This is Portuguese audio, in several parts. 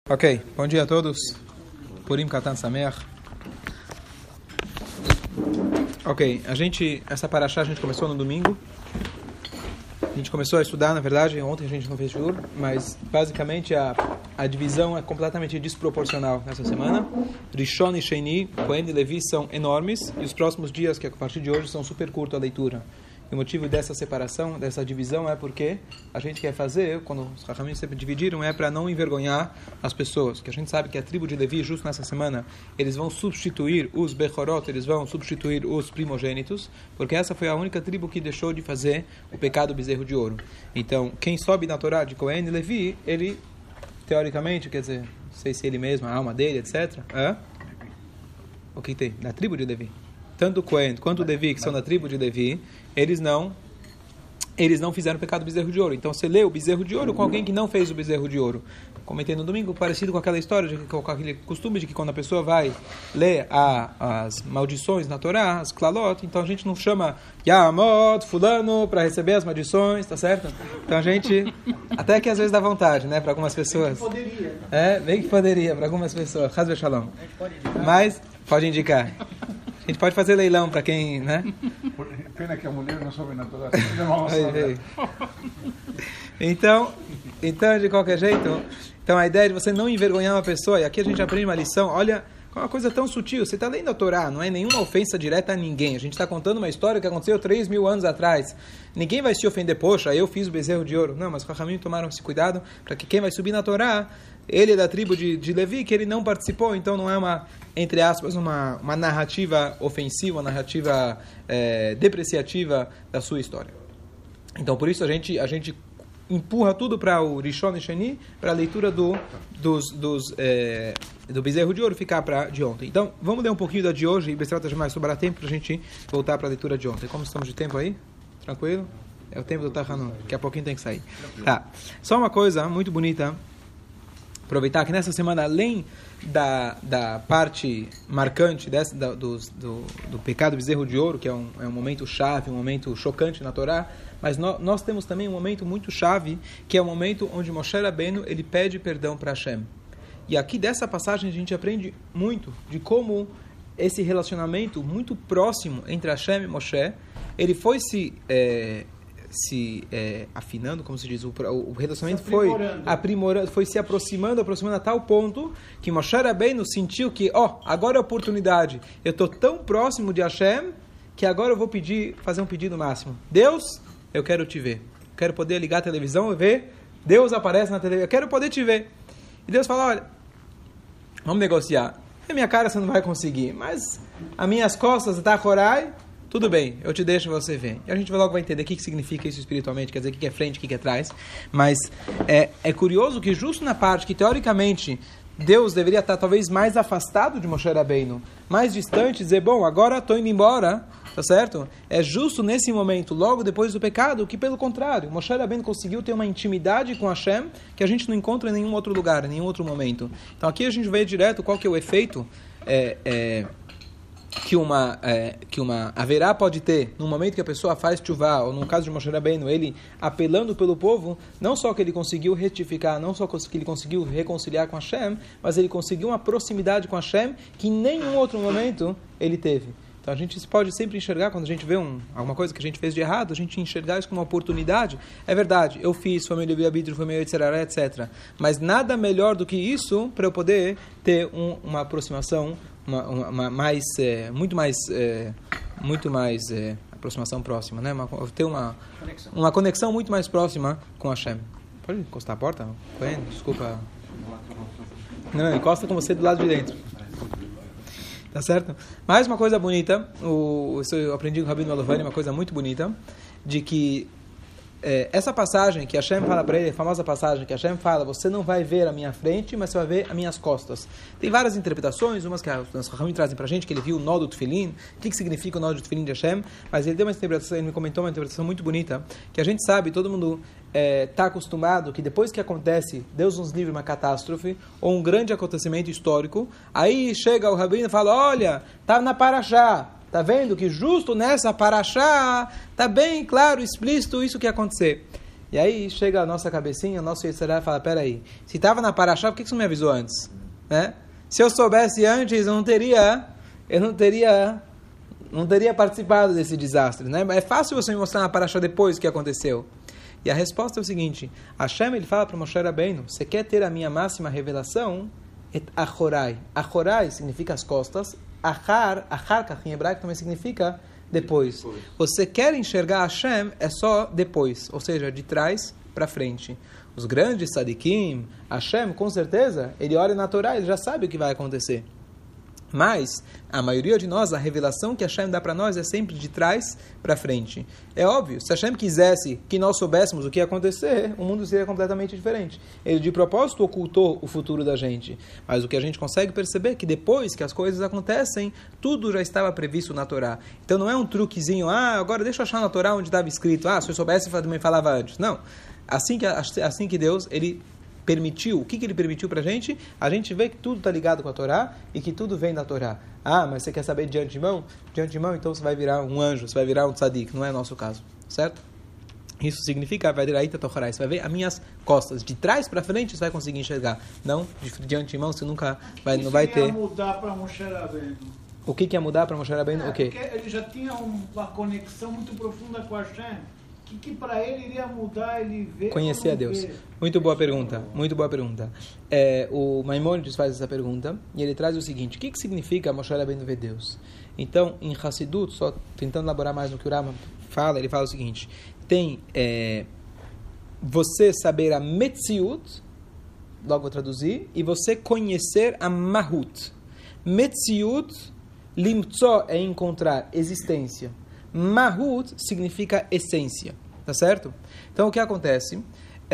Ok, bom dia a todos. Purim Katan Sameach. Ok, essa paraxá a gente começou no domingo. A gente começou a estudar, na verdade, ontem a gente não fez shiur, mas basicamente a divisão é completamente desproporcional nessa semana. Rishon e Sheni, Cohen e Levi são enormes, e os próximos dias, que a partir de hoje, são super curtos a leitura. E o motivo dessa separação, dessa divisão, é porque a gente quer fazer, quando os Chachamim sempre dividiram, é para não envergonhar as pessoas. Que a gente sabe que a tribo de Levi, justo nessa semana, eles vão substituir os Bechorot, eles vão substituir os primogênitos, porque essa foi a única tribo que deixou de fazer o pecado bezerro de ouro. Então, quem sobe na Torá de Cohen e Levi, ele, teoricamente, quer dizer, não sei se ele mesmo, a alma dele, etc. O que tem? Da tribo de Levi. Tanto o Cohen quanto o Levi, que são da tribo de Levi, eles não fizeram o pecado do bezerro de ouro. Então você lê o bezerro de ouro com alguém que não fez o bezerro de ouro. Comentei no domingo, parecido com aquela história, com aquele costume de que quando a pessoa vai ler as maldições na Torá, as klalot, então a gente não chama Yamot, fulano, para receber as maldições, tá certo? Então a gente, até que às vezes dá vontade, né, para algumas pessoas. Bem que poderia, para algumas pessoas. Chas v'shalom. Mas, pode indicar. A gente pode fazer leilão para quem, né? Pena que a mulher não soube na toda. Então, de qualquer jeito, então a ideia de você não envergonhar uma pessoa, e aqui a gente aprende uma lição, olha, é uma coisa tão sutil, você está lendo a Torá, não é nenhuma ofensa direta a ninguém, a gente está contando uma história que aconteceu 3.000 anos atrás, ninguém vai se ofender, poxa, eu fiz o bezerro de ouro, não, mas os Chachamim tomaram esse cuidado para que quem vai subir na Torá, ele é da tribo de Levi, que ele não participou, então não é uma, entre aspas, uma narrativa ofensiva, uma narrativa depreciativa da sua história. Então, por isso a gente empurra tudo para o Rishon e Sheni, para a leitura do bezerro de ouro ficar para de ontem. Então, vamos ler um pouquinho da de hoje, e Bezerra mais sobrar tempo para a gente voltar para a leitura de ontem. Como estamos de tempo aí? Tranquilo? É o tempo do Tachanun, daqui a pouquinho tem que sair. Tá. Só uma coisa muito bonita, aproveitar que nessa semana, além da parte marcante do pecado bezerro de ouro, que é um momento chave, um momento chocante na Torá, mas nós temos também um momento muito chave, que é o momento onde Moshe Rabbeinu ele pede perdão para Hashem. E aqui dessa passagem a gente aprende muito de como esse relacionamento muito próximo entre Hashem e Moshe, ele foi se afinando, como se diz, o relacionamento foi aprimorando, foi se aproximando a tal ponto que Moshe Rabbeinu sentiu que, agora é a oportunidade, eu estou tão próximo de Hashem, que agora eu vou fazer um pedido máximo. Deus, eu quero te ver. Eu quero poder ligar a televisão e ver, Deus aparece na televisão, eu quero poder te ver. E Deus fala, olha, vamos negociar. A minha cara você não vai conseguir, mas as minhas costas, tá, Korai? Tudo bem, eu te deixo você ver. E a gente logo vai entender o que significa isso espiritualmente, quer dizer, o que é frente, o que é trás. Mas é curioso que justo na parte que, teoricamente, Deus deveria estar talvez mais afastado de Moshe Rabbeinu, mais distante, dizer, bom, agora estou indo embora, tá certo? É justo nesse momento, logo depois do pecado, que pelo contrário, Moshe Rabbeinu conseguiu ter uma intimidade com Hashem que a gente não encontra em nenhum outro lugar, em nenhum outro momento. Então aqui a gente vê direto qual que é o efeito que uma haverá pode ter no momento que a pessoa faz tchuvá, ou no caso de Moshe Rabbeinu, ele apelando pelo povo, não só que ele conseguiu retificar, não só que ele conseguiu reconciliar com Hashem, mas ele conseguiu uma proximidade com Hashem que em nenhum outro momento ele teve. Então a gente pode sempre enxergar, quando a gente vê alguma coisa que a gente fez de errado, a gente enxergar isso como uma oportunidade. É verdade, eu fiz, foi meu livre-arbítrio, foi meu etc. Mas nada melhor do que isso para eu poder ter uma aproximação muito mais aproximação próxima, né? Ter uma conexão muito mais próxima com Hashem. Pode encostar a porta? Desculpa. Não, encosta com você do lado de dentro. Tá certo? Mais uma coisa bonita, isso eu aprendi com o Rabino Malovani, uma coisa muito bonita, de que essa passagem que Hashem fala para ele, a famosa passagem que Hashem fala, você não vai ver a minha frente, mas você vai ver as minhas costas. Tem várias interpretações, umas que os Chachamim trazem para a gente, que ele viu o nó do Tefilin, o que significa o nó do Tefilin de Hashem, mas ele deu uma interpretação, ele me comentou uma interpretação muito bonita, que a gente sabe, todo mundo está acostumado que depois que acontece, Deus nos livre, uma catástrofe, ou um grande acontecimento histórico, aí chega o Rabino e fala, olha, está na Paraxá, Está vendo que justo nessa paraxá está bem claro, explícito isso que ia acontecer. E aí chega a nossa cabecinha, o nosso Yetzirah e fala, peraí, se estava na Parashá, por que você não me avisou antes? Né? Se eu soubesse antes, eu não teria participado desse desastre. Né? É fácil você me mostrar na Parashá depois o que aconteceu. E a resposta é o seguinte, Hashem ele fala para Moshe Rabbeinu, você quer ter a minha máxima revelação? Et achorai. Achorai significa as costas, achar em hebraico também significa depois. Você quer enxergar Hashem, é só depois, ou seja, de trás para frente. Os grandes tzadikim, Hashem, com certeza, ele olha na Torá, ele já sabe o que vai acontecer. Mas, a maioria de nós, a revelação que Hashem dá para nós é sempre de trás para frente. É óbvio, se Hashem quisesse que nós soubéssemos o que ia acontecer, o mundo seria completamente diferente. Ele, de propósito, ocultou o futuro da gente. Mas o que a gente consegue perceber é que depois que as coisas acontecem, tudo já estava previsto na Torá. Então não é um truquezinho, agora deixa eu achar na Torá onde estava escrito, se eu soubesse, eu também falava antes. Não. Assim que Deus, ele permitiu, o que ele permitiu para a gente vê que tudo está ligado com a Torá e que tudo vem da Torá. Mas você quer saber de antemão? De antemão, então você vai virar um anjo, você vai virar um tzadik, não é nosso caso, certo? Isso significa, vai direita tocharai, você vai ver as minhas costas, de trás para frente você vai conseguir enxergar, não de antemão você nunca vai, não vai ter. O que ia mudar para Moshe Rabbeinu? O que ia mudar para Moshe Rabbeinu? Porque ele já tinha uma conexão muito profunda com Hashem. Que para ele iria mudar, ele ver... Conhecer a Deus. Muito boa pergunta, muito boa pergunta. O Maimonides faz essa pergunta e ele traz o seguinte, o que significa Moshe Rabbeinu ver Deus? Então, em Hassidut, só tentando elaborar mais no que o Rama fala, ele fala o seguinte, tem você saber a Metziut, logo vou traduzir, e você conhecer a Mahut. Metziut, limtzo é encontrar existência. Mahut significa essência, tá certo? Então o que acontece?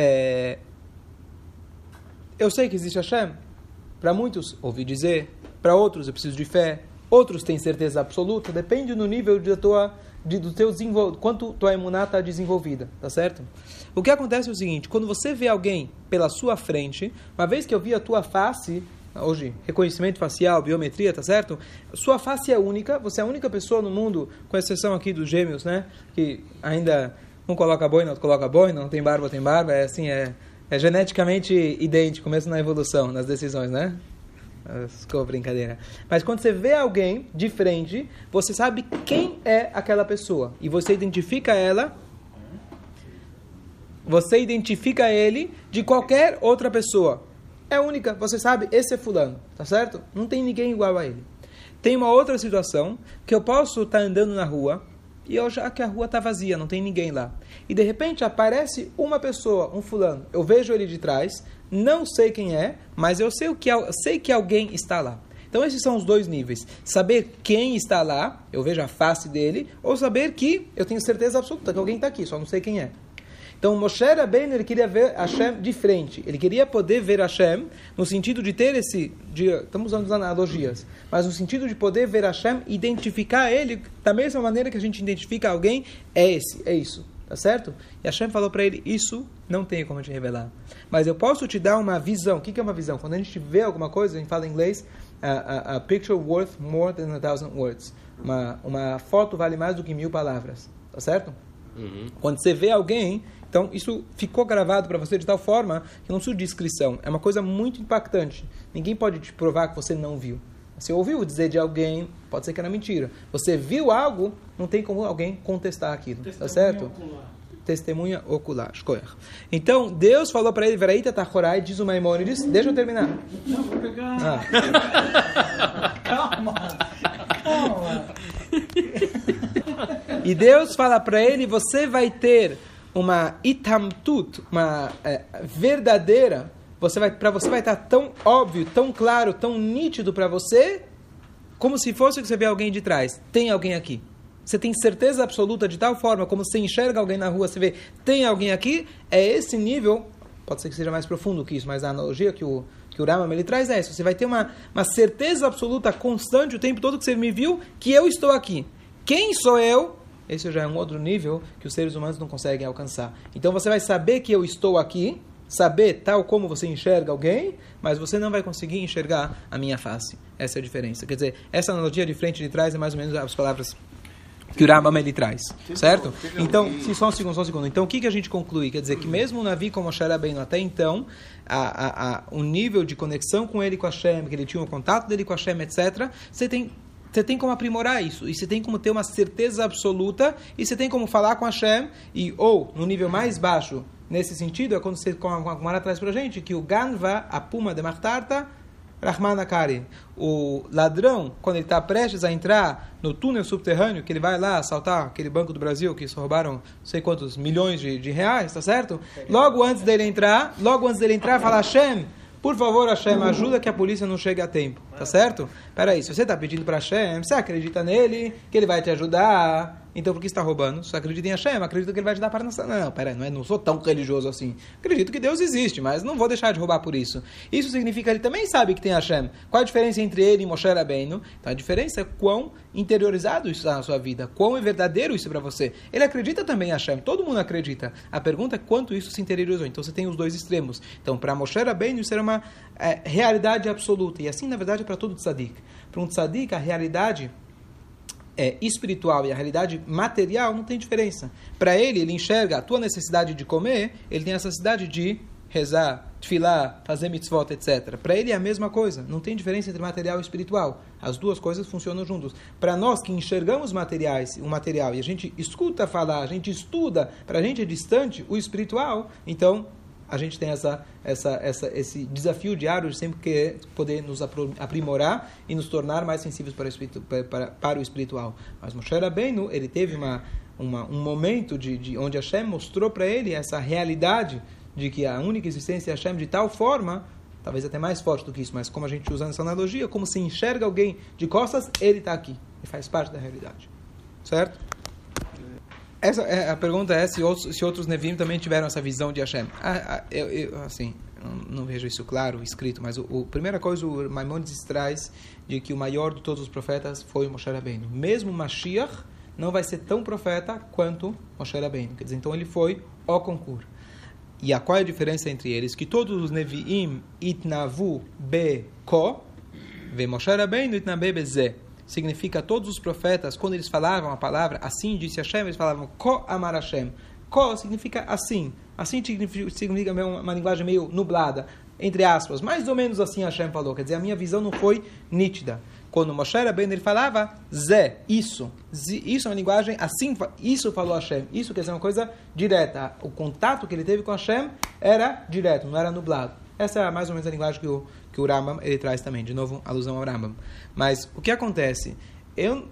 Eu sei que existe Hashem, para muitos ouvi dizer, para outros eu preciso de fé, outros têm certeza absoluta, depende do nível do teu desenvolvimento, quanto tua emuná está desenvolvida, tá certo? O que acontece é o seguinte, quando você vê alguém pela sua frente, uma vez que eu vi a tua face, hoje, reconhecimento facial, biometria, tá certo? Sua face é única, você é a única pessoa no mundo, com exceção aqui dos gêmeos, né? Que ainda um coloca boina, outro coloca boina, não tem barba, tem barba, é assim, é geneticamente idêntico, mesmo na evolução, nas decisões, né? Ficou brincadeira. Mas quando você vê alguém de frente, você sabe quem é aquela pessoa. E você identifica ele de qualquer outra pessoa. É única, você sabe, esse é fulano, tá certo? Não tem ninguém igual a ele. Tem uma outra situação, que eu posso estar andando na rua, e eu já que a rua está vazia, não tem ninguém lá. E de repente aparece uma pessoa, um fulano, eu vejo ele de trás, não sei quem é, mas eu sei que alguém está lá. Então esses são os dois níveis. Saber quem está lá, eu vejo a face dele, ou saber que eu tenho certeza absoluta que alguém está aqui, só não sei quem é. Então, Moshe Rabbeinu, ele queria ver Hashem de frente. Ele queria poder ver Hashem no sentido de ter estamos usando analogias, mas no sentido de poder ver Hashem, identificar ele da mesma maneira que a gente identifica alguém, é isso, tá certo? E Hashem falou para ele, isso não tem como te revelar. Mas eu posso te dar uma visão. O que é uma visão? Quando a gente vê alguma coisa, a gente fala em inglês, a picture worth more than 1,000 words. Uma foto vale mais do que 1.000 palavras, tá certo? Uhum. Quando você vê alguém, então isso ficou gravado para você de tal forma que não precisa de descrição. É uma coisa muito impactante. Ninguém pode te provar que você não viu. Você ouviu dizer de alguém, pode ser que era mentira. Você viu algo, não tem como alguém contestar aquilo. Tá certo? Ocular. Testemunha ocular. Então, Deus falou para ele, Veraita Tachorai, diz o Maimonides, deixa eu terminar. Não, vou pegar. Calma. E Deus fala para ele, você vai ter uma itamtut, uma verdadeira, para você vai estar tão óbvio, tão claro, tão nítido para você, como se fosse que você vê alguém de trás. Tem alguém aqui. Você tem certeza absoluta de tal forma, como você enxerga alguém na rua, você vê, tem alguém aqui, é esse nível, pode ser que seja mais profundo que isso, mas a analogia que o Rambam ele traz é essa. Você vai ter uma certeza absoluta, constante, o tempo todo que você me viu, que eu estou aqui. Quem sou eu? Esse já é um outro nível que os seres humanos não conseguem alcançar. Então você vai saber que eu estou aqui, saber tal como você enxerga alguém, mas você não vai conseguir enxergar a minha face. Essa é a diferença. Quer dizer, essa analogia de frente e de trás é mais ou menos as palavras que o Rambam ele traz, certo? Então, só um segundo. Então, o que a gente conclui? Quer dizer que mesmo o Navi como Moshe Rabbeinu até então, o nível de conexão com ele, com Hashem, que ele tinha um contato dele com Hashem, etc., você tem como aprimorar isso, e você tem como ter uma certeza absoluta, e você tem como falar com Hashem, ou no nível mais baixo, nesse sentido, é quando você, como a Gemara traz pra gente, que o Ganva, a Puma de Martarta, Rahman Akari, o ladrão, quando ele está prestes a entrar no túnel subterrâneo, que ele vai lá assaltar aquele Banco do Brasil, que só roubaram não sei quantos milhões de reais, tá certo? Logo antes dele entrar, fala, Hashem, por favor, Hashem, ajuda que a polícia não chegue a tempo, tá certo? Peraí, se você está pedindo para Hashem, você acredita nele, que ele vai te ajudar, então por que você está roubando? Se você acredita em Hashem, acredita que ele vai te dar para não, peraí, não sou tão religioso assim. Acredito que Deus existe, mas não vou deixar de roubar por isso. Isso significa que ele também sabe que tem Hashem. Qual a diferença entre ele e Moshe Rabbeinu? Então a diferença é quão interiorizado isso está na sua vida, quão é verdadeiro isso para você. Ele acredita também em Hashem, todo mundo acredita. A pergunta é quanto isso se interiorizou. Então você tem os dois extremos. Então para Moshe Rabbeinu isso era uma realidade absoluta. E assim, na verdade, é para todo tzadik. Para um tzadik, a realidade espiritual e a realidade material não tem diferença. Para ele enxerga a tua necessidade de comer, ele tem a necessidade de rezar, tefilá, fazer mitzvot, etc. Para ele é a mesma coisa. Não tem diferença entre material e espiritual. As duas coisas funcionam juntos. Para nós que enxergamos o material e a gente escuta falar, a gente estuda, para a gente é distante o espiritual, então a gente tem esse desafio diário de sempre querer poder nos aprimorar e nos tornar mais sensíveis para o espiritual. Mas Moshe Rabbeinu, ele teve um momento onde Hashem mostrou para ele essa realidade de que a única existência é Hashem de tal forma, talvez até mais forte do que isso, mas como a gente usa essa analogia, como se enxerga alguém de costas, ele está aqui e faz parte da realidade. Certo? A pergunta é se outros Nevim também tiveram essa visão de Hashem. Eu não vejo isso claro, escrito, mas a primeira coisa o Maimonides traz de que o maior de todos os profetas foi Moshe Rabbeinu. Mesmo Mashiach não vai ser tão profeta quanto Moshe Rabbeinu. Quer dizer, então ele foi o concurso. E qual é a diferença entre eles? Que todos os Nevi'im itnavu be-ko, ve Moshe Rabbeinu itnabe be-ze. Significa todos os profetas, quando eles falavam a palavra assim disse Hashem, eles falavam Ko amar Hashem. Ko significa assim. Assim significa uma linguagem meio nublada, entre aspas. Mais ou menos assim Hashem falou. Quer dizer, a minha visão não foi nítida. Quando Moshe Rabbeinu ele falava Zé, isso. Isso é uma linguagem assim, isso falou Hashem. Isso quer dizer uma coisa direta. O contato que ele teve com Hashem era direto, não era nublado. Essa é mais ou menos a linguagem que o Rambam ele traz também, de novo, alusão ao Rambam. Mas o que acontece? Eu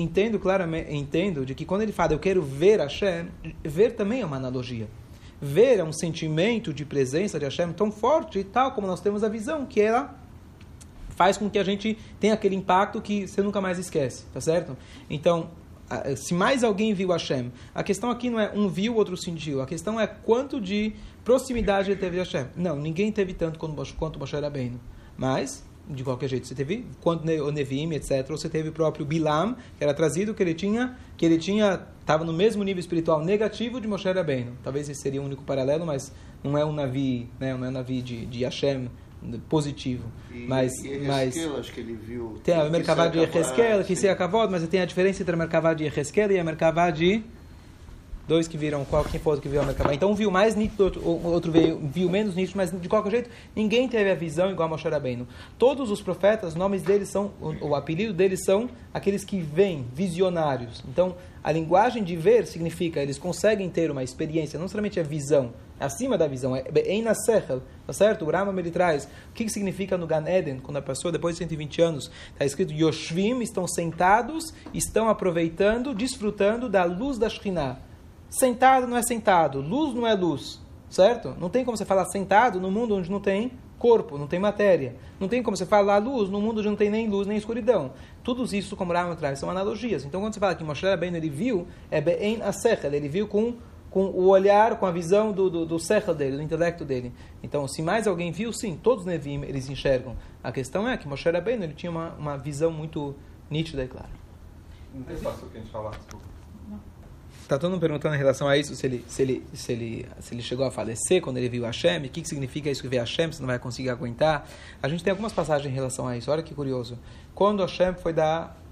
entendo de que quando ele fala eu quero ver Hashem, ver também é uma analogia. Ver é um sentimento de presença de Hashem tão forte, e tal como nós temos a visão, que ela faz com que a gente tenha aquele impacto que você nunca mais esquece, tá certo? Então, se mais alguém viu Hashem, a questão aqui não é um viu, outro sentiu, a questão é quanto de proximidade ele teve de Hashem. Não, ninguém teve tanto quanto Moshe Rabbeinu. Mas, de qualquer jeito, você teve quanto o Nevi'im, etc. Ou você teve o próprio Bilam, que era trazido, que ele estava no mesmo nível espiritual negativo de Moshe Rabbeinu. Talvez esse seria o único paralelo, mas não é um Navi, né? Não é um Navi de Hashem positivo. Mas acho que ele viu. Tem a Merkavá de Yecheskel, que se acabou, mas tem a diferença entre a Merkavá de Yecheskel e a Merkavá de dois que viram, quem foi o que viu a Merkavá. Então um viu mais nítido, o outro viu menos nítido, mas de qualquer jeito, ninguém teve a visão igual a Moshe Rabbeinu. Todos os profetas, os nomes deles são, o apelido deles são aqueles que veem, visionários. Então, a linguagem de ver significa, eles conseguem ter uma experiência, não somente a visão, é acima da visão, é Be'ein HaSechel, tá certo? O Rambam ele traz, o que significa no Gan Eden, quando a pessoa, depois de 120 anos, está escrito, Yoshvim, estão sentados, estão aproveitando, desfrutando da luz da Shekhinah. Sentado não é sentado, luz não é luz, certo? Não tem como você falar sentado no mundo onde não tem corpo, não tem matéria. Não tem como você falar luz no mundo onde não tem nem luz nem escuridão. Tudo isso, como o Rambam traz, são analogias. Então, quando você fala que Moshe Rabbeinu ele viu, é Be'ein HaSechel, ele viu com o olhar, com a visão do sechel dele, do intelecto dele. Então, se mais alguém viu, sim, todos os Nevim, eles enxergam. A questão é que Moshe Rabbeinu ele tinha uma visão muito nítida e clara. Não tem fácil que a gente falar, desculpa. Está todo mundo perguntando em relação a isso, se ele chegou a falecer quando ele viu Hashem, o que significa isso que vê Hashem, se não vai conseguir aguentar. A gente tem algumas passagens em relação a isso, olha que curioso. Quando Hashem foi dar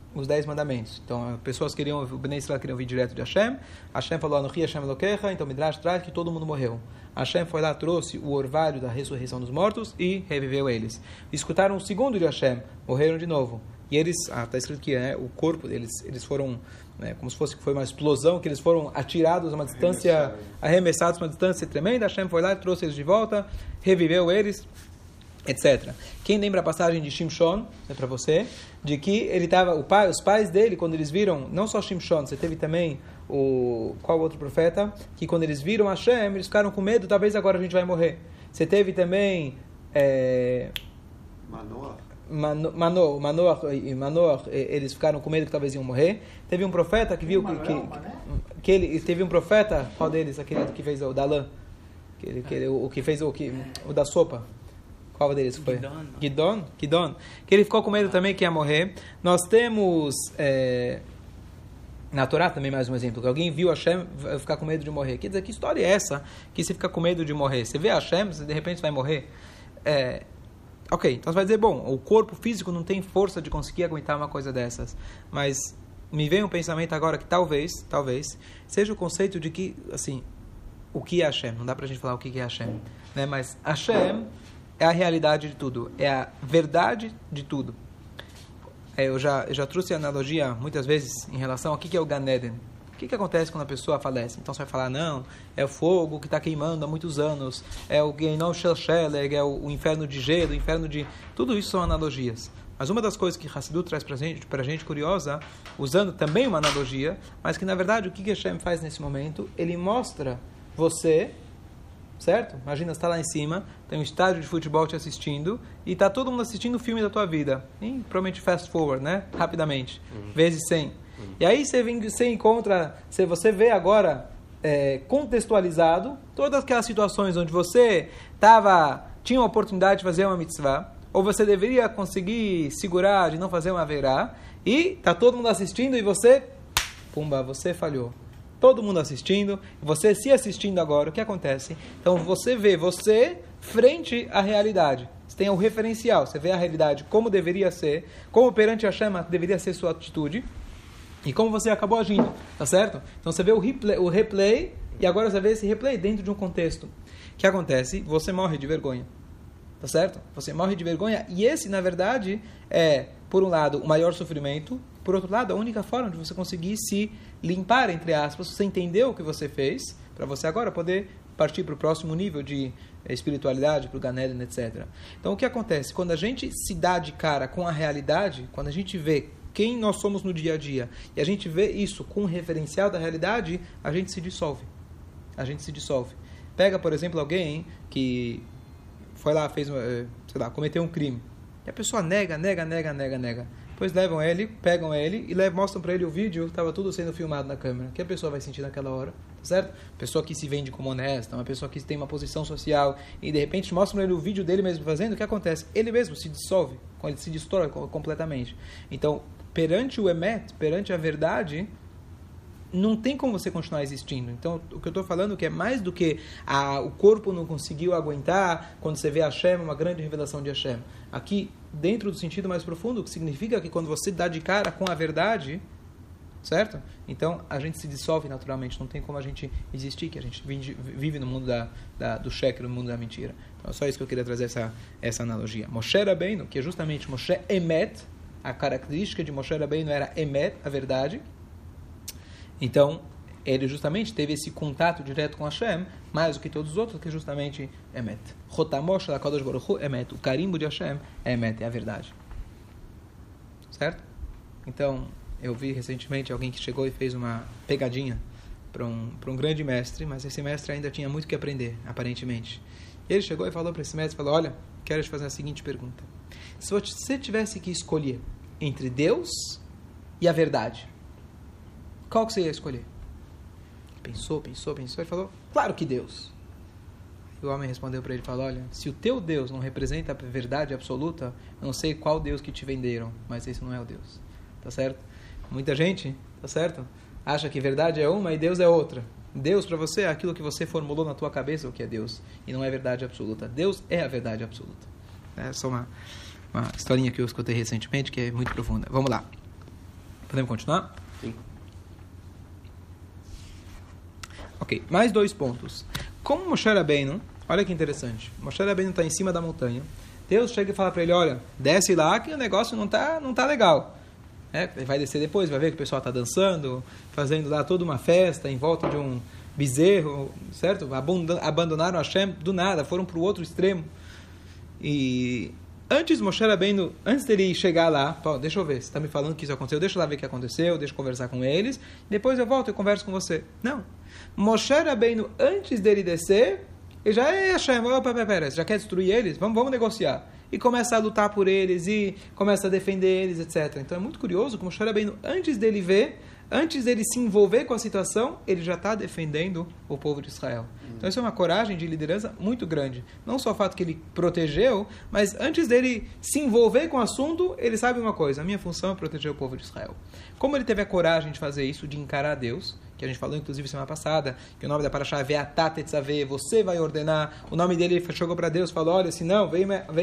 os 10 mandamentos. Então, pessoas queriam, o Bnei Israel queriam vir direto de Hashem. Hashem falou, Anochi Hashem Elokecha, então Midrash traz que todo mundo morreu. Hashem foi lá, trouxe o orvalho da ressurreição dos mortos e reviveu eles. Escutaram o segundo de Hashem, morreram de novo. E eles, está escrito que o corpo deles, eles foram, como se fosse que foi uma explosão, que eles foram atirados a uma distância, arremessados a uma distância tremenda. Hashem foi lá, trouxe eles de volta, reviveu eles, etc. Quem lembra a passagem de Shimshon, é para você, de que ele estava, os pais dele, quando eles viram, não só Shimshon, você teve também qual outro profeta, que quando eles viram Hashem, eles ficaram com medo, talvez agora a gente vai morrer. Você teve também Manoah, eles ficaram com medo que talvez iam morrer. Teve um profeta que viu que ele teve um profeta, qual deles, aquele que fez o da lã, o que fez o da sopa. Qual deles foi? Gidon, que ele ficou com medo também que ia morrer. Nós temos na Torá também mais um exemplo, que alguém viu Hashem ficar com medo de morrer. Quer dizer, que história é essa que você fica com medo de morrer? Você vê Hashem, você de repente vai morrer? Ok, então você vai dizer, bom, o corpo físico não tem força de conseguir aguentar uma coisa dessas. Mas me vem um pensamento agora que talvez, seja o conceito de que, assim, o que é Hashem? Não dá pra gente falar o que é Hashem, né? Mas Hashem é a realidade de tudo, é a verdade de tudo. Eu já trouxe a analogia muitas vezes em relação ao que é o Gan Eden. O que acontece quando a pessoa falece? Então você vai falar, não, é o fogo que está queimando há muitos anos, é o Geinom Shel Sheleg, é o inferno de gelo, o inferno de... Tudo isso são analogias. Mas uma das coisas que Hassidut traz para a gente curiosa, usando também uma analogia, mas que na verdade o que Hashem faz nesse momento? Ele mostra você... Certo? Imagina, você está lá em cima, tem um estádio de futebol te assistindo e está todo mundo assistindo o filme da tua vida. E provavelmente fast forward, né? Rapidamente. Vezes 100. E aí você encontra, você vê agora contextualizado todas aquelas situações onde você tinha a oportunidade de fazer uma mitzvah, ou você deveria conseguir segurar de não fazer uma verá, e está todo mundo assistindo e você falhou. Todo mundo assistindo, você se assistindo agora, o que acontece? Então você vê frente à realidade. Você tem o referencial, você vê a realidade como deveria ser, como perante a Hashem deveria ser sua atitude, e como você acabou agindo, tá certo? Então você vê o replay, e agora você vê esse replay dentro de um contexto. O que acontece? Você morre de vergonha, tá certo? Você morre de vergonha, e esse, na verdade, é, por um lado, o maior sofrimento, por outro lado, a única forma de você conseguir se limpar, entre aspas, você entender o que você fez, para você agora poder partir para o próximo nível de espiritualidade, para o Gan Eden, etc. Então, o que acontece? Quando a gente se dá de cara com a realidade, quando a gente vê quem nós somos no dia a dia, e a gente vê isso com o referencial da realidade, a gente se dissolve. Pega, por exemplo, alguém que foi lá, cometeu um crime. E a pessoa nega. Depois pegam ele e mostram para ele o vídeo, estava tudo sendo filmado na câmera. O que a pessoa vai sentir naquela hora? Tá certo? Pessoa que se vende como honesta, uma pessoa que tem uma posição social, e de repente mostram para ele o vídeo dele mesmo fazendo, o que acontece? Ele mesmo se dissolve, ele se destrói completamente. Então, perante o Emet, perante a verdade, não tem como você continuar existindo. Então, o que eu estou falando que é mais do que o corpo não conseguiu aguentar, quando você vê Hashem, uma grande revelação de Hashem. Aqui, dentro do sentido mais profundo, que significa que quando você dá de cara com a verdade, certo? Então, a gente se dissolve naturalmente, não tem como a gente existir, que a gente vive no mundo do sheker, no mundo da mentira. Então, é só isso que eu queria trazer essa analogia. Moshe Rabbeinu, que é justamente Moshe Emet, a característica de Moshe Rabbeinu era Emet, a verdade. Então, ele justamente teve esse contato direto com Hashem, mais do que todos os outros, que é justamente Emet. Chotamosh HaKadosh Baruch Hu Emet. O carimbo de Hashem é Emet, é a verdade. Certo? Então, eu vi recentemente alguém que chegou e fez uma pegadinha para um grande mestre, mas esse mestre ainda tinha muito que aprender, aparentemente. E ele chegou e falou para esse mestre, olha, quero te fazer a seguinte pergunta. Se você tivesse que escolher entre Deus e a verdade, qual que você ia escolher? Pensou, e falou, claro que Deus. E o homem respondeu para ele, falou, olha, se o teu Deus não representa a verdade absoluta, eu não sei qual Deus que te venderam, mas esse não é o Deus. Tá certo? Muita gente, tá certo? Acha que verdade é uma e Deus é outra. Deus para você é aquilo que você formulou na tua cabeça o que é Deus, e não é verdade absoluta. Deus é a verdade absoluta. É só uma historinha que eu escutei recentemente, que é muito profunda. Vamos lá. Podemos continuar? Sim. Ok, mais 2 pontos. Como Moshe Rabbeinu, olha que interessante, Moshe Rabbeinu está em cima da montanha, Deus chega e fala para ele, olha, desce lá que o negócio não tá legal. Ele vai descer depois, vai ver que o pessoal está dançando, fazendo lá toda uma festa em volta de um bezerro, certo? Abandonaram Hashem do nada, foram para o outro extremo. E antes Moshe Rabbeinu, antes dele chegar lá, deixa eu ver, você está me falando que isso aconteceu, deixa eu lá ver o que aconteceu, deixa eu conversar com eles, depois eu volto e converso com você. Não. Moshe Rabbeinu, antes dele descer, ele já Hashem, pera, já quer destruir eles? Vamos negociar. E começa a lutar por eles, e começa a defender eles, etc. Então é muito curioso como Moshe Rabbeinu, antes dele ver, antes dele se envolver com a situação, ele já está defendendo o povo de Israel. Então isso é uma coragem de liderança muito grande. Não só o fato que ele protegeu, mas antes dele se envolver com o assunto, ele sabe uma coisa, a minha função é proteger o povo de Israel. Como ele teve a coragem de fazer isso, de encarar Deus, que a gente falou inclusive semana passada, que o nome da Parashá é Ve'atá tetzaveh, você vai ordenar, o nome dele chegou para Deus e falou, olha, se não,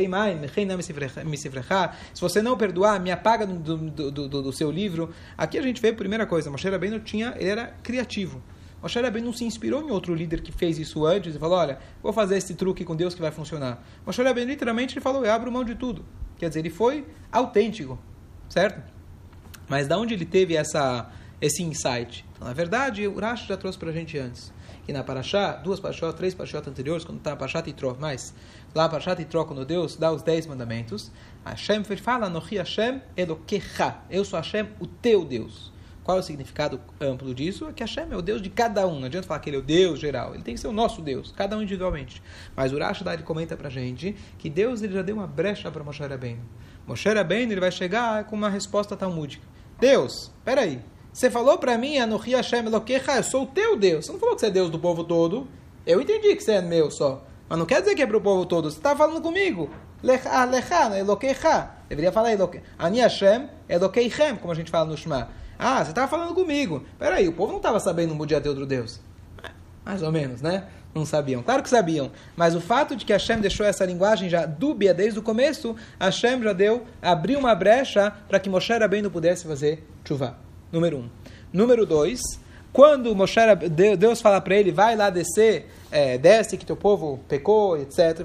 se você não perdoar, me apaga do seu livro. Aqui a gente vê a primeira coisa, Moshe Rabbeinu ele era criativo. Moshe Rabbeinu não se inspirou em outro líder que fez isso antes e falou, olha, vou fazer esse truque com Deus que vai funcionar. Moshe Rabbeinu literalmente ele falou, eu abro mão de tudo. Quer dizer, ele foi autêntico, certo? Mas da onde ele teve esse insight? Então, na verdade, o Rashi já trouxe para a gente antes. Que na Parashá, 2 Parashot, 3 Parashot anteriores, quando está na Parashá Yitro, mas lá na Parashá Yitro, quando Deus dá os 10 mandamentos, Hashem fala, Anochi Hashem Elokecha, eu sou Hashem, o teu Deus. Qual é o significado amplo disso? É que Hashem é o Deus de cada um. Não adianta falar que ele é o Deus geral. Ele tem que ser o nosso Deus, cada um individualmente. Mas o Rashi ele comenta para a gente que Deus ele já deu uma brecha para Moshe Rabbeinu. Moshe Rabbeinu ele vai chegar com uma resposta talmúdica. Deus, peraí. Você falou para mim, Anochi Hashem Elokecha, eu sou o teu Deus. Você não falou que você é Deus do povo todo. Eu entendi que você é meu só. Mas não quer dizer que é para o povo todo. Você está falando comigo. Lecha, Elokecha. Deveria falar Ani Hashem Elokeichem, como a gente fala no Shema. Você estava falando comigo. Peraí, o povo não estava sabendo que podia ter outro Deus. Mais ou menos, né? Não sabiam. Claro que sabiam. Mas o fato de que Hashem deixou essa linguagem já dúbia desde o começo, Hashem já abriu uma brecha para que Moshe Rabbeinu pudesse fazer tshuva. Número 1. Número 2, quando Deus fala para ele, vai lá descer, desce que teu povo pecou, etc.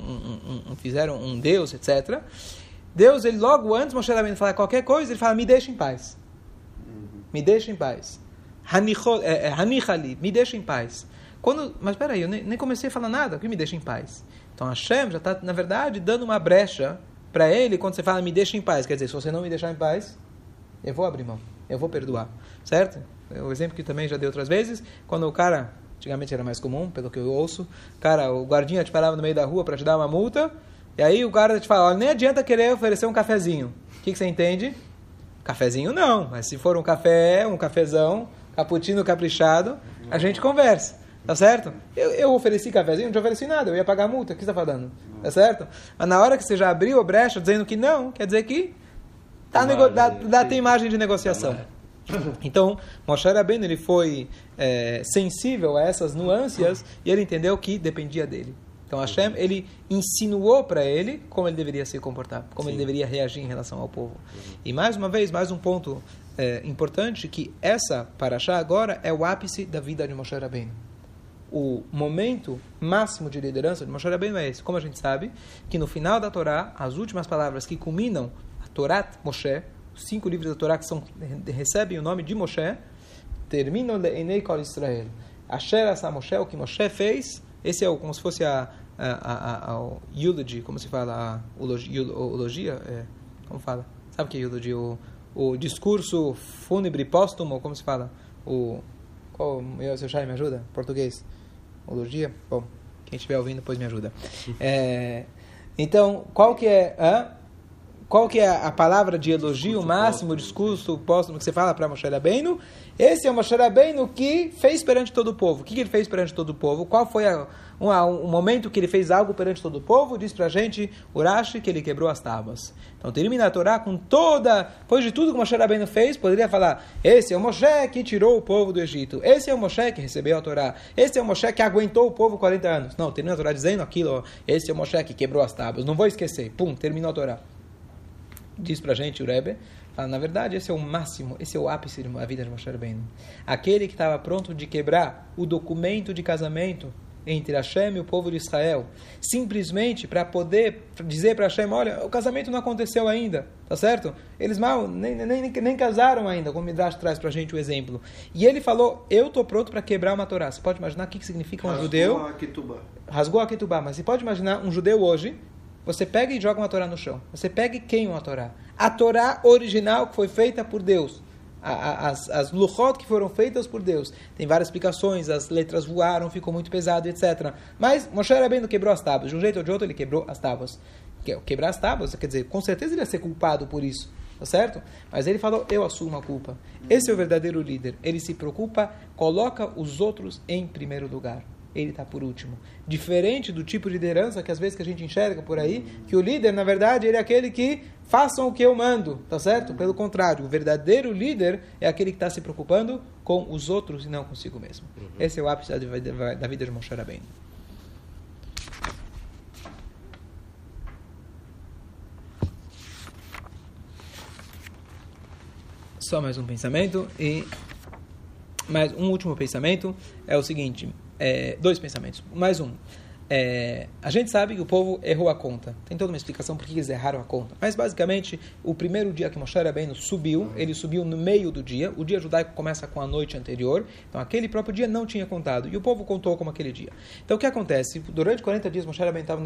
Fizeram um Deus, etc. Deus, ele logo antes, Moshe Rabbeinu falar qualquer coisa, ele fala, me deixa em paz. Me deixa em paz. Hanichali, me deixa em paz. Mas peraí, eu nem comecei a falar nada, o que me deixa em paz? Então Hashem já está, na verdade, dando uma brecha para ele quando você fala, me deixa em paz. Quer dizer, se você não me deixar em paz, eu vou abrir mão, eu vou perdoar. Certo? O exemplo que também já dei outras vezes, quando o cara, antigamente era mais comum, pelo que eu ouço, o guardinha te parava no meio da rua para te dar uma multa, e aí o cara te fala, olha, nem adianta querer oferecer um cafezinho. O que você entende? Cafezinho não, mas se for um cafezão, cappuccino caprichado, a gente conversa, tá certo? Eu ofereci cafezinho, não te ofereci nada, eu ia pagar a multa, o que você está falando? Tá certo? Mas na hora que você já abriu a brecha dizendo que não, quer dizer que tem imagem de negociação. Então, Moshe Rabbeinu ele foi sensível a essas nuances e ele entendeu que dependia dele. Então Hashem, ele insinuou para ele como ele deveria se comportar, como ele deveria reagir em relação ao povo. E mais uma vez, mais um ponto importante, que essa Parashá agora é o ápice da vida de Moshe Rabbeinu. O momento máximo de liderança de Moshe Rabbeinu é esse. Como a gente sabe, que no final da Torá, as últimas palavras que culminam a Torat Moshe, os 5 livros da Torá que recebem o nome de Moshe, terminam le'enei kol Israel. Asher asa Moshe, o que Moshe fez, esse é como se fosse a eulogy, como se fala, a eulogia, como fala? Sabe o que é eulogy? O discurso fúnebre póstumo, como se fala? Seu Chay, me ajuda? Português. Eulogia? Bom, quem estiver ouvindo, depois me ajuda. Então, qual que é a palavra de elogio máximo, o discurso póstumo que você fala para Moshe Rabbeinu? Esse é o Moshe Rabbeinu que fez perante todo o povo. O que ele fez perante todo o povo? Qual foi o momento que ele fez algo perante todo o povo? Diz para a gente, o Rashi, que ele quebrou as tábuas. Então termina a Torá com depois de tudo que Moshe Rabbeinu fez, poderia falar, esse é o Moshe que tirou o povo do Egito. Esse é o Moshe que recebeu a Torá. Esse é o Moshe que aguentou o povo 40 anos. Não, termina a Torá dizendo aquilo, esse é o Moshe que quebrou as tábuas. Não vou esquecer. Pum, terminou a Torá. Diz pra gente o Rebbe, Fala, na verdade, esse é o máximo, esse é o ápice da vida de Moshe Rabbeinu. Aquele que estava pronto de quebrar o documento de casamento entre Hashem e o povo de Israel, simplesmente para poder dizer para Hashem, olha, o casamento não aconteceu ainda, tá certo? Eles nem casaram ainda, como o Midrash traz para a gente o exemplo. E ele falou, eu estou pronto para quebrar uma Torá. Você pode imaginar o que significa um judeu? Rasgou a Ketubá. Mas você pode imaginar um judeu hoje, você pega e joga uma Torá no chão. Você pega e queima uma Torá. A Torá original que foi feita por Deus. As luchot que foram feitas por Deus. Tem várias explicações, as letras voaram, ficou muito pesado, etc. Mas Moshe Rabbeinu quebrou as tábuas. De um jeito ou de outro, ele quebrou as tábuas. Quebrar as tábuas, quer dizer, com certeza ele ia ser culpado por isso. Tá certo? Mas ele falou, eu assumo a culpa. Esse é o verdadeiro líder. Ele se preocupa, coloca os outros em primeiro lugar. Ele está por último. Diferente do tipo de liderança que às vezes que a gente enxerga por aí, que o líder, na verdade, ele é aquele que façam o que eu mando, tá certo? Pelo contrário, o verdadeiro líder é aquele que está se preocupando com os outros e não consigo mesmo. Esse é o ápice da vida de Moshe Rabbeinu. Só mais um pensamento e mais um último pensamento é o seguinte, dois pensamentos, mais um. A gente sabe que o povo errou a conta. Tem toda uma explicação por que eles erraram a conta. Mas basicamente, o primeiro dia que Moshe Rabbeinu subiu, ele subiu no meio do dia. O dia judaico começa com a noite anterior. Então aquele próprio dia não tinha contado. E o povo contou como aquele dia. Então o que acontece? Durante 40 dias Moshe Rabbeinu estava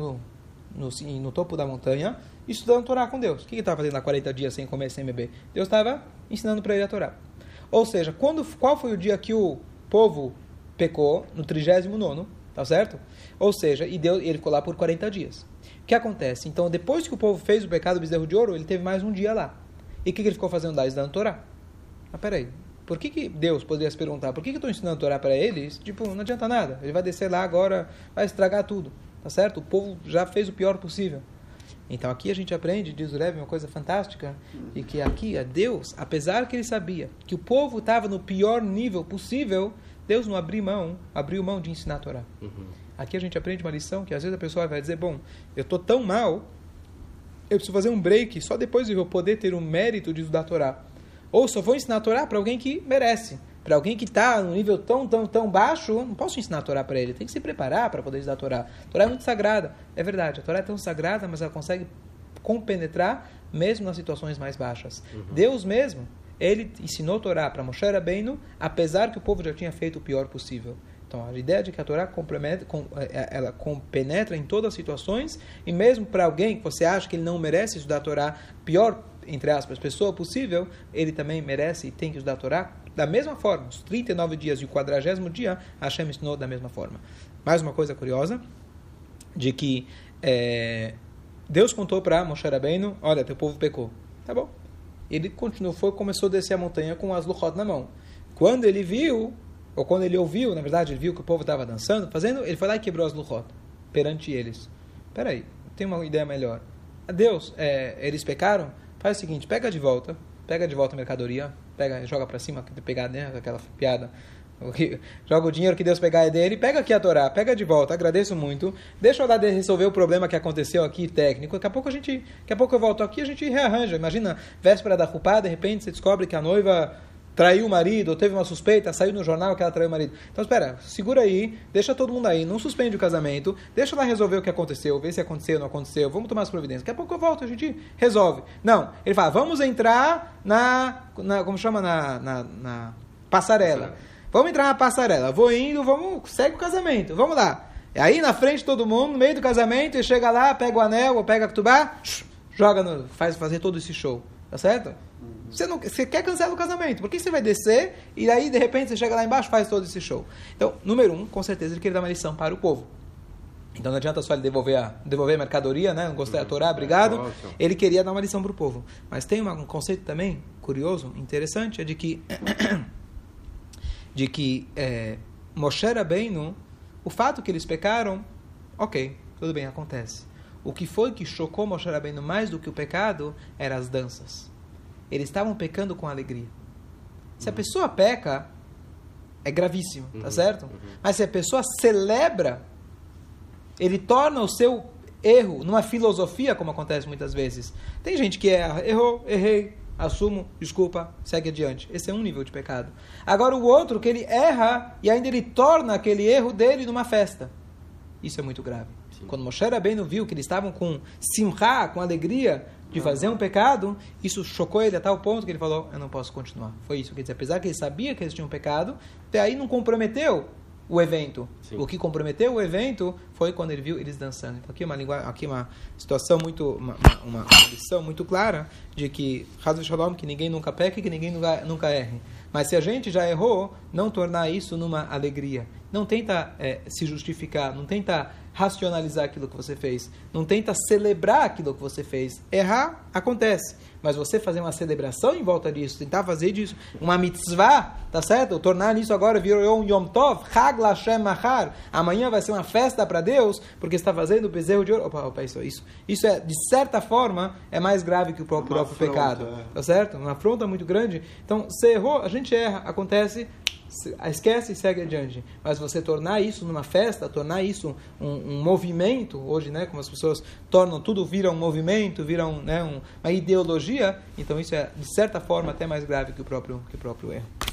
no topo da montanha, estudando a Torá com Deus. O que ele estava fazendo há 40 dias sem comer, sem beber? Deus estava ensinando para ele a Torá. Ou seja, qual foi o dia que o povo pecou? No 39º, tá certo? Ou seja, ele ficou lá por 40 dias. O que acontece? Então, depois que o povo fez o pecado do bezerro de ouro, ele teve mais um dia lá. E o que ele ficou fazendo lá? Estudando a Torá. Mas peraí, por que Deus poderia se perguntar, por que eu estou ensinando a Torá para eles? Tipo, não adianta nada, ele vai descer lá agora, vai estragar tudo. Tá certo? O povo já fez o pior possível. Então aqui a gente aprende, diz o Rebbe, uma coisa fantástica, e que aqui a Deus, apesar que ele sabia que o povo estava no pior nível possível, Deus não abriu mão de ensinar a Torá. Aqui a gente aprende uma lição que às vezes a pessoa vai dizer, bom, eu estou tão mal, eu preciso fazer um break, só depois eu vou poder ter o mérito de estudar a Torá. Ou só vou ensinar a Torá para alguém que merece. Para alguém que está num nível tão baixo, não posso ensinar a Torá para ele. Tem que se preparar para poder estudar a Torá. A Torá é muito sagrada. É verdade, a Torá é tão sagrada, mas ela consegue compenetrar mesmo nas situações mais baixas. Deus mesmo, ele ensinou a Torá para Moshe Rabbeinu, apesar que o povo já tinha feito o pior possível. Então, a ideia de que a Torá ela compenetra em todas as situações, e mesmo para alguém que você acha que ele não merece estudar a Torá, pior, entre aspas, pessoa possível, ele também merece e tem que estudar a Torá da mesma forma. Os 39 dias e o 40º dia, Hashem ensinou da mesma forma. Mais uma coisa curiosa, de que Deus contou para Moshe Rabbeinu, olha, teu povo pecou. Tá bom. Ele começou a descer a montanha com as luchot na mão. Quando ele viu, ou quando ele ouviu, na verdade, ele viu que o povo estava dançando, ele foi lá e quebrou as luchot perante eles. Peraí, tem uma ideia melhor. Deus, eles pecaram? Faz o seguinte, pega de volta a mercadoria, joga para cima, pegar, né, aquela piada, joga o dinheiro que Deus pegar é dele, pega aqui a Torá, pega de volta, agradeço muito, deixa eu lá resolver o problema que aconteceu aqui, técnico, daqui a pouco eu volto aqui, a gente rearranja. Imagina, véspera da Chupá, de repente você descobre que a noiva traiu o marido, ou teve uma suspeita, saiu no jornal que ela traiu o marido. Então, espera, segura aí, deixa todo mundo aí, não suspende o casamento, deixa lá resolver o que aconteceu, ver se aconteceu ou não aconteceu, vamos tomar as providências. Daqui a pouco eu volto, a gente resolve. Não, ele fala, vamos entrar como chama, na passarela. Vamos entrar na passarela, vou indo, segue o casamento, vamos lá. E aí, na frente de todo mundo, no meio do casamento, ele chega lá, pega o anel, ou pega a ketubá, joga, faz fazer todo esse show, tá certo? Você quer cancelar o casamento, por que você vai descer e aí de repente você chega lá embaixo e faz todo esse show? Então, número 1, com certeza ele queria dar uma lição para o povo. Então não adianta só ele devolver a mercadoria, né? Não gostei da Torá, obrigado. Ele queria dar uma lição para o povo. Mas tem um conceito também curioso, interessante, é de que Moshe Rabbeinu, o fato que eles pecaram, ok, tudo bem, acontece. O que foi que chocou Moshe Rabbeinu mais do que o pecado eram as danças. Eles estavam pecando com alegria. Se a pessoa peca, é gravíssimo, tá certo? Mas se a pessoa celebra, ele torna o seu erro numa filosofia, como acontece muitas vezes. Tem gente que errou, errei, assumo, desculpa, segue adiante. Esse é um nível de pecado. Agora o outro, que ele erra e ainda ele torna aquele erro dele numa festa. Isso é muito grave. Sim. Quando Moshe Rabbeinu viu que eles estavam com simcha, com alegria de fazer um pecado, isso chocou ele a tal ponto que ele falou, eu não posso continuar. Foi isso, quer dizer, apesar que ele sabia que eles tinham um pecado, até aí não comprometeu o evento. Sim. O que comprometeu o evento foi quando ele viu eles dançando. Então aqui uma situação muito, uma lição muito clara de que, Chas v'Shalom, que ninguém nunca peque, que ninguém nunca erre. Mas se a gente já errou, não tornar isso numa alegria. Não tenta se justificar, não tenta racionalizar aquilo que você fez, não tenta celebrar aquilo que você fez. Errar acontece, mas você fazer uma celebração em volta disso, tentar fazer disso uma mitzvah, tá certo? Tornar isso agora virou um Yom Tov, Chag Lashem Machar, amanhã vai ser uma festa para Deus, porque está fazendo o bezerro de ouro. Opa, isso é, de certa forma, é mais grave que o próprio pecado, tá certo? Uma afronta muito grande. Então, você errou, a gente erra, acontece, esquece e segue adiante. Mas você tornar isso numa festa, tornar isso um movimento, hoje, né, como as pessoas tornam, tudo vira um movimento, vira uma ideologia, então isso é, de certa forma, até mais grave que o próprio erro.